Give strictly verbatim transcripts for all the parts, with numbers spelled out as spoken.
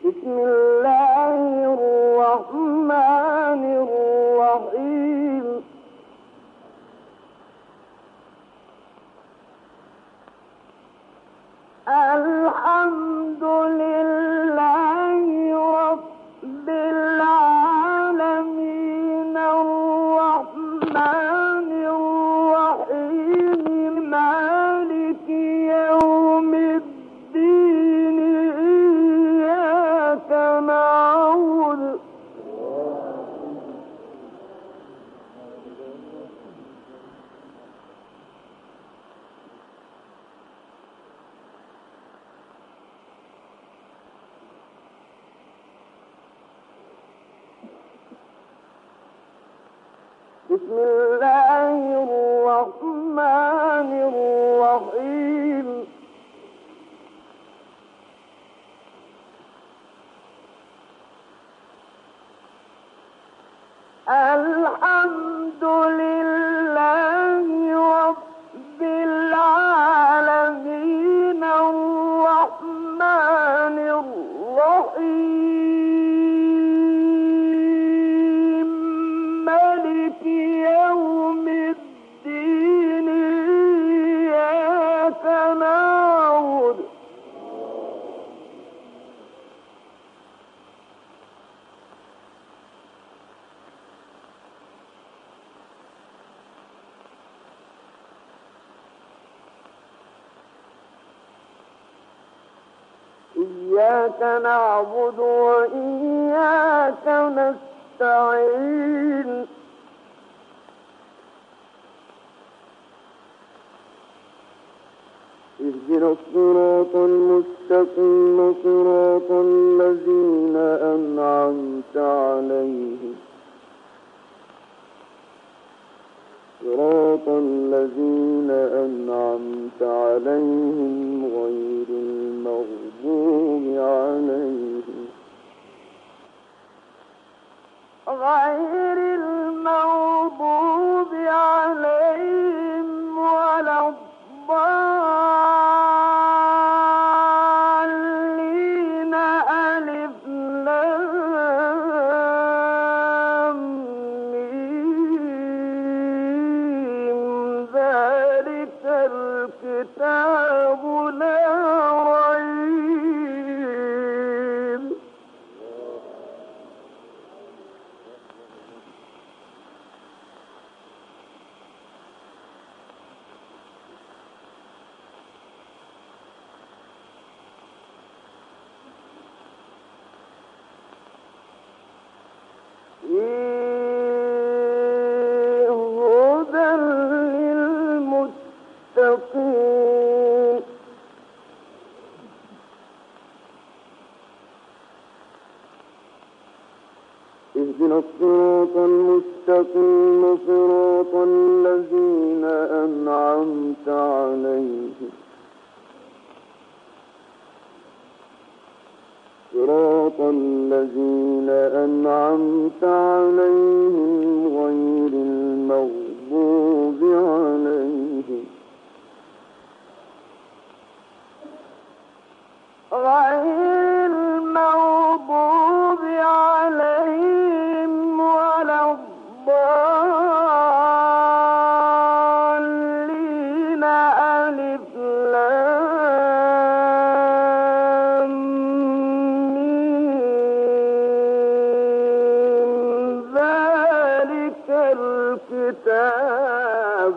بسم الله الرحمن الرحيم. الحمد لله رب العالمين الرحمن الرحيم مالك يوم الدين إياك نعبد بسم الله الرحمن الرحيم. الحمد لله رب العالمين الرحمن الرحيم مالك يوم الدين إياك نعبد إياك نعبد وإياك نستعين. اهدنا الصراط المستقيم صراط الذين أنعمت عليهم صراط الذين أنعمت عليهم غير المغضوب عليهم غير المغضوب عليهم ولا الضالين. ألف لام ميم ذلك الكتاب لا ريب. هدى للمتقين. اهدنا الصراط المستقيم صراط الذين أنعمت عليهم صراط الذين أنعمت عليهم غير المغضوب عليهم غير المغضوب عليهم ولا الضالين. ألف لام ميم ذلك الكتاب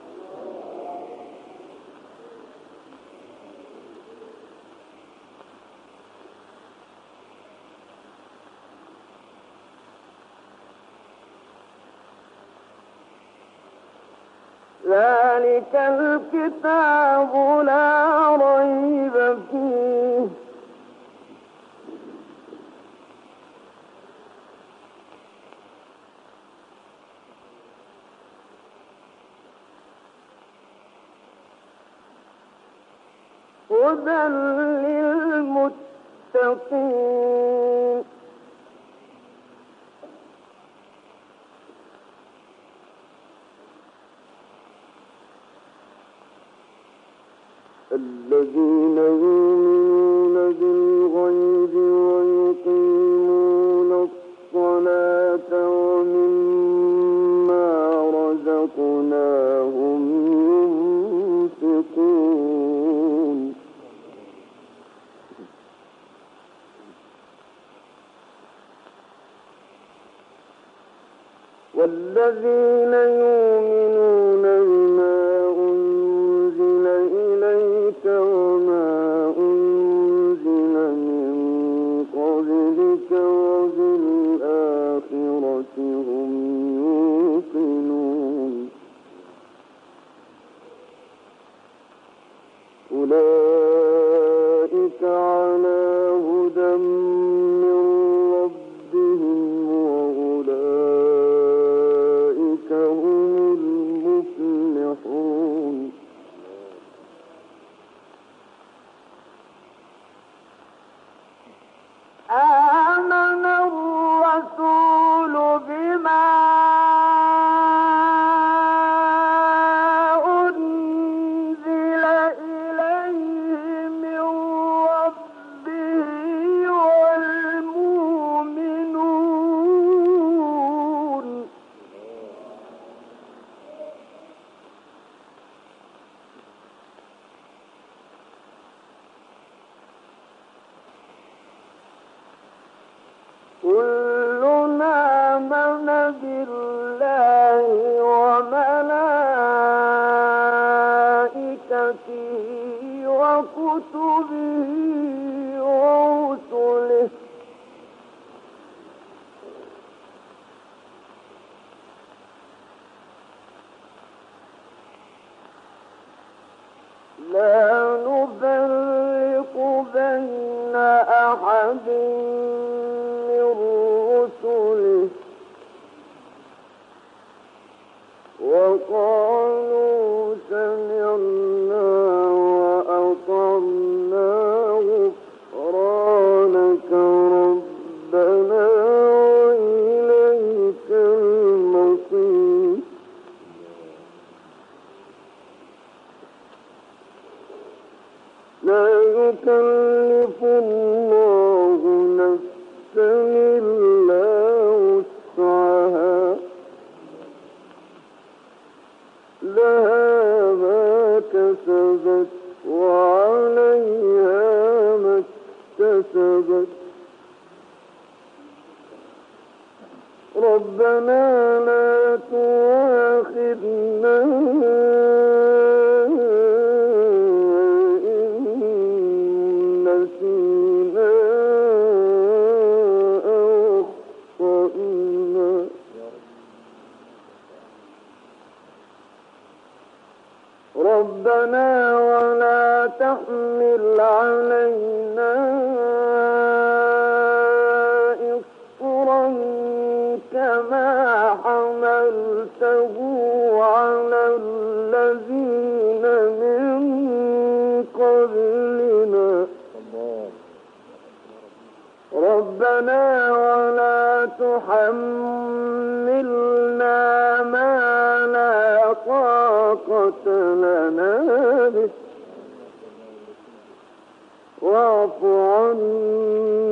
ذلك الكتاب لا ريب فيه هدى للمتقين. الذين يؤمنون بالغيب ويؤمنون والذين يؤمنون بما أنزل إليك وما أنزل من قبلك وبالآخرة هم يوقنون أولئك على هدى من ربهم وأولئك هم المفلحون آمن الرسول بما كلنا آمن بالله وملائكته وكتبه ورسله لا نفرق بين أحد وقالوا سمعنا وأطعنا غفرانك ربنا وإليك المصير لا يكلف الله نفسا إلا وسعها لها ما كسبت وعليها ما اكتسبت ربنا لا تؤاخذنا إن نسينا أو أخطأنا ربنا ولا تحمل علينا إصرا كما حملته على الذين من قبلنا ربنا ولا تحملنا ما لا طاقة لنا به واعف عنا